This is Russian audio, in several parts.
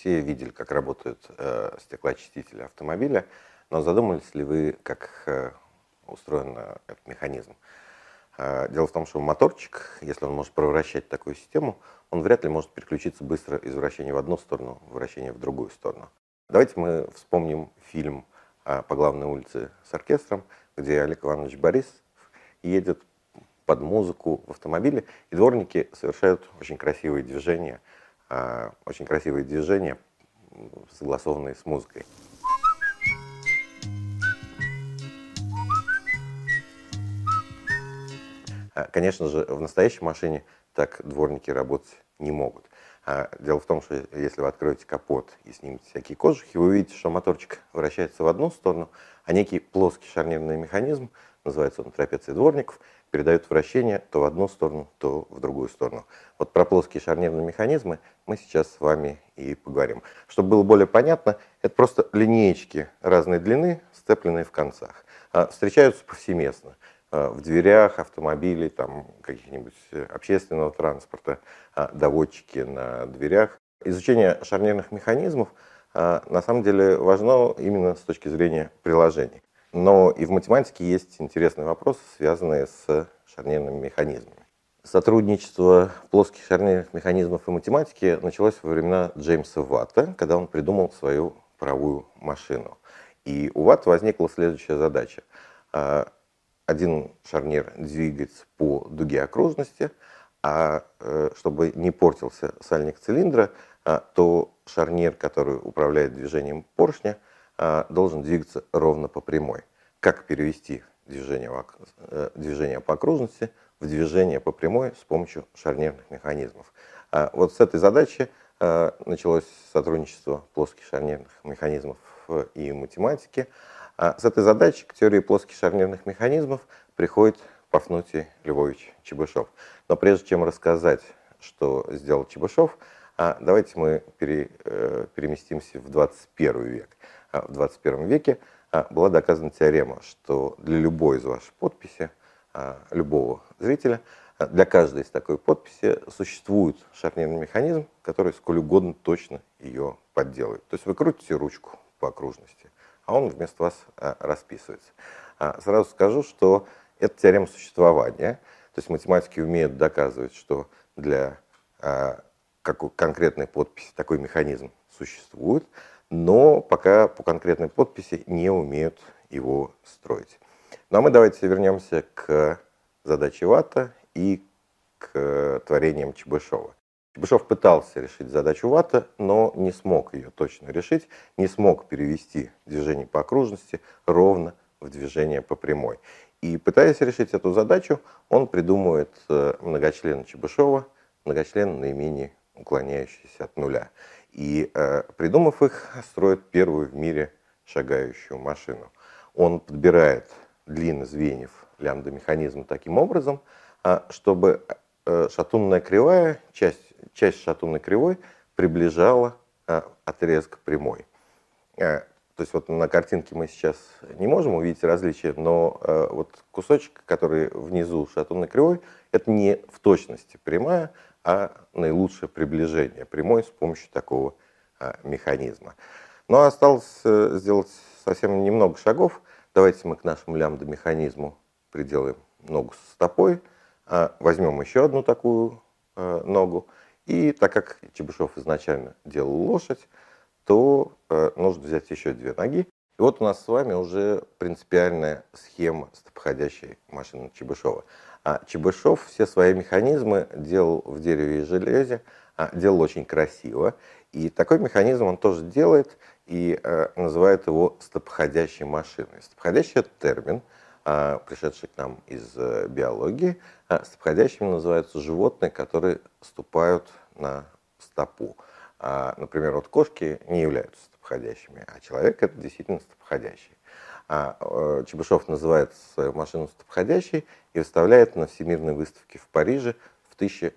все видели, как работают стеклоочистители автомобиля, но задумались ли вы, как устроен этот механизм? Дело в том, что моторчик, если он может превращать такую систему, он вряд ли может переключиться быстро из вращения в одну сторону в вращение в другую сторону. Давайте мы вспомним фильм «По главной улице с оркестром», где Олег Иванович Борисов едет под музыку в автомобиле, и дворники совершают очень красивые движения, согласованные с музыкой. Конечно же, в настоящей машине так дворники работать не могут. Дело в том, что если вы откроете капот и снимете всякие кожухи, вы увидите, что моторчик вращается в одну сторону, а некий плоский шарнирный механизм, называется он трапецией дворников, передает вращение то в одну сторону, то в другую сторону. Вот про плоские шарнирные механизмы мы сейчас с вами и поговорим. Чтобы было более понятно, это просто линеечки разной длины, сцепленные в концах. Встречаются повсеместно. В дверях автомобилей, там, каких-нибудь общественного транспорта, доводчики на дверях. Изучение шарнирных механизмов на самом деле важно именно с точки зрения приложений. Но и в математике есть интересные вопросы, связанные с шарнирными механизмами. Сотрудничество плоских шарнирных механизмов и математики началось во времена Джеймса Ватта, когда он придумал свою паровую машину. И у Ватта возникла следующая задача. Один шарнир двигается по дуге окружности, а чтобы не портился сальник цилиндра, то шарнир, который управляет движением поршня, должен двигаться ровно по прямой. Как перевести движение по окружности в движение по прямой с помощью шарнирных механизмов? Вот с этой задачи началось сотрудничество плоских шарнирных механизмов и математики. С этой задачей к теории плоских шарнирных механизмов приходит Пафнутий Львович Чебышев. Но прежде чем рассказать, что сделал Чебышев, давайте мы переместимся в 21 век. В 21 веке была доказана теорема, что для любой из ваших подписей, любого зрителя, для каждой из такой подписи существует шарнирный механизм, который сколь угодно точно ее подделает. То есть вы крутите ручку по окружности, а он вместо вас расписывается. Сразу скажу, что это теорема существования. То есть математики умеют доказывать, что для конкретной подписи такой механизм существует, но пока по конкретной подписи не умеют его строить. Ну а мы давайте вернемся к задаче Ватта и к творениям Чебышева. Чебышев пытался решить задачу Ватта, но не смог ее точно решить, не смог перевести движение по окружности ровно в движение по прямой. И пытаясь решить эту задачу, он придумывает многочлены Чебышева, многочлены наименее уклоняющиеся от нуля. И придумав их, строит первую в мире шагающую машину. Он подбирает длины звеньев лямбда-механизма таким образом, чтобы шатунная кривая, часть шатунной кривой приближала отрезок прямой. То есть вот на картинке мы сейчас не можем увидеть различия, но вот кусочек, который внизу шатунной кривой, это не в точности прямая, а наилучшее приближение прямой с помощью такого механизма. Но осталось сделать совсем немного шагов. Давайте мы к нашему лямбда-механизму приделаем ногу со стопой, возьмем еще одну такую ногу, и так как Чебышев изначально делал лошадь, то нужно взять еще две ноги. И вот у нас с вами уже принципиальная схема стопходящей машины Чебышева. Чебышев все свои механизмы делал в дереве и железе, делал очень красиво. И такой механизм он тоже делает и называет его стопходящей машиной. Стопходящий – это термин, пришедший к нам из биологии. Стопходящими называются животные, которые ступают на стопу. Например, вот кошки не являются стопходящими, а человек – это действительно стопходящий. Чебышев называет свою машину стопходящей и выставляет на Всемирной выставке в Париже в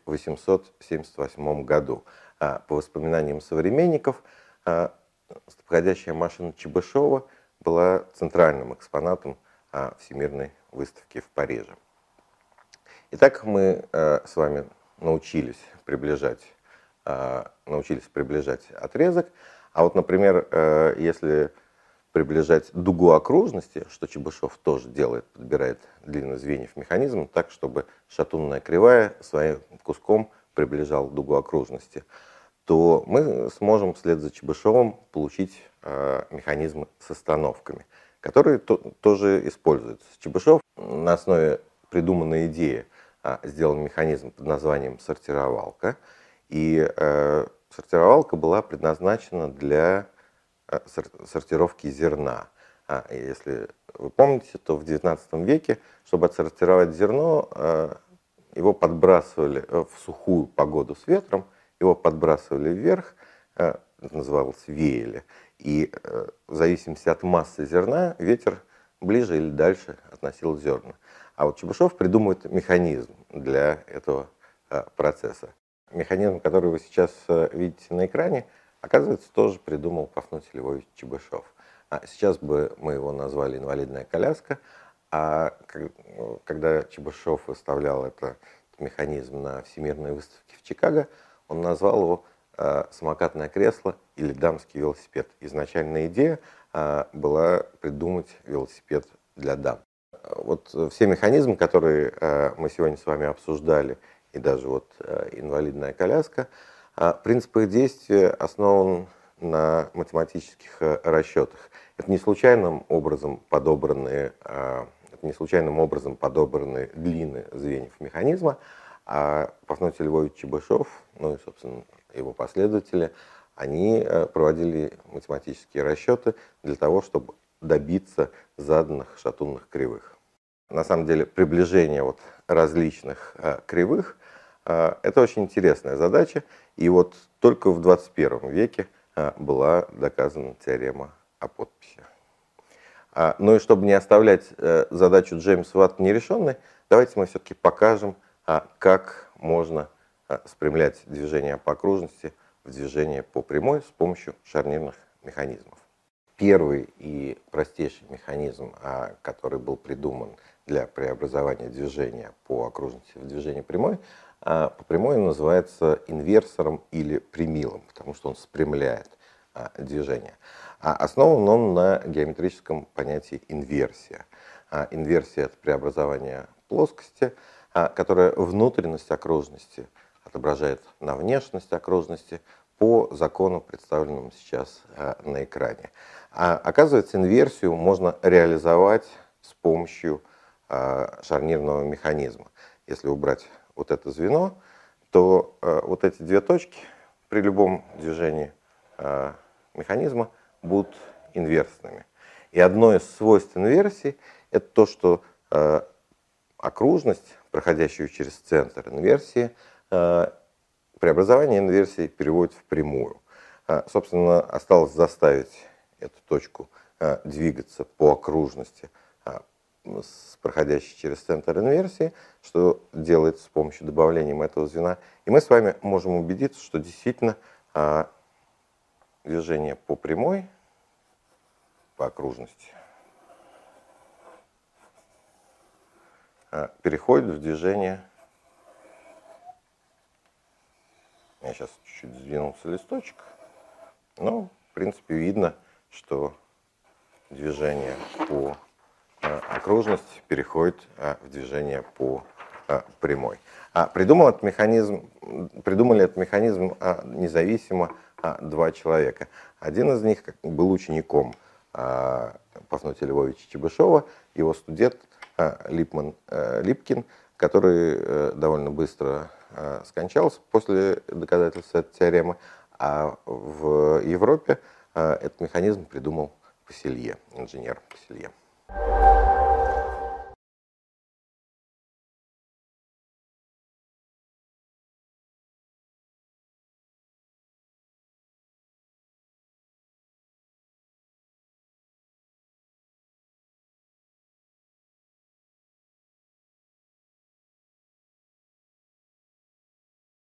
1878 году. По воспоминаниям современников, стопходящая машина Чебышева была центральным экспонатом Всемирной выставки в Париже. Итак, мы с вами научились приближать научились приближать отрезок. А вот, например, если приближать дугу окружности, что Чебышев тоже делает, подбирает длину звеньев механизма так, чтобы шатунная кривая своим куском приближала дугу окружности, то мы сможем вслед за Чебышевым получить механизмы с остановками, которые тоже используются. Чебышев на основе придуманной идеи сделал механизм под названием сортировалка. И сортировалка была предназначена для сортировки зерна. Если вы помните, то в XIX веке, чтобы отсортировать зерно, его подбрасывали в сухую погоду с ветром, его подбрасывали вверх, это называлось веяли. И в зависимости от массы зерна ветер ближе или дальше относил зерна. А вот Чебышев придумывает механизм для этого процесса. Механизм, который вы сейчас видите на экране, оказывается, тоже придумал Пафнутий Львович Чебышев. Сейчас бы мы его назвали «инвалидная коляска», а когда Чебышев выставлял этот механизм на Всемирной выставке в Чикаго, он назвал его «самокатное кресло» или «дамский велосипед». Изначальная идея была придумать велосипед для дам. Вот все механизмы, которые мы сегодня с вами обсуждали, и даже вот инвалидная коляска, принцип их действия основан на математических расчетах. Это не случайным образом подобранные длины звеньев механизма, а Пафнутий Львович Чебышев, ну и, собственно, его последователи, они проводили математические расчеты для того, чтобы добиться заданных шатунных кривых. На самом деле приближение вот различных кривых это очень интересная задача, и вот только в 21 веке была доказана теорема о подписи. Ну и чтобы не оставлять задачу Джеймса Ватта нерешенной, давайте мы все-таки покажем, как можно спрямлять движение по окружности в движение по прямой с помощью шарнирных механизмов. Первый и простейший механизм, который был придуман для преобразования движения по окружности в движение прямой, по прямой называется инверсором или примилом, потому что он спрямляет движение. Основан он на геометрическом понятии инверсия. Инверсия – это преобразование плоскости, которая внутренность окружности отображает на внешность окружности по закону, представленному сейчас на экране. Оказывается, инверсию можно реализовать с помощью шарнирного механизма. Если убрать вот это звено, то вот эти две точки при любом движении механизма будут инверсными. И одно из свойств инверсии – это то, что окружность, проходящую через центр инверсии, преобразование инверсии переводит в прямую. Собственно, осталось заставить эту точку двигаться по окружности, проходящей через центр инверсии, что делается с помощью добавления этого звена. И мы с вами можем убедиться, что действительно движение по прямой, по окружности, переходит в движение. Я сейчас чуть-чуть сдвинулся листочек, но в принципе видно, что движение по окружности переходит в движение по прямой. Придумали этот механизм независимо два человека. Один из них был учеником Пафнутия Львовича Чебышева, его студент Липкин, который довольно быстро скончался после доказательства этой теоремы, а в Европе этот механизм придумал Пасселье, инженер Пасселье.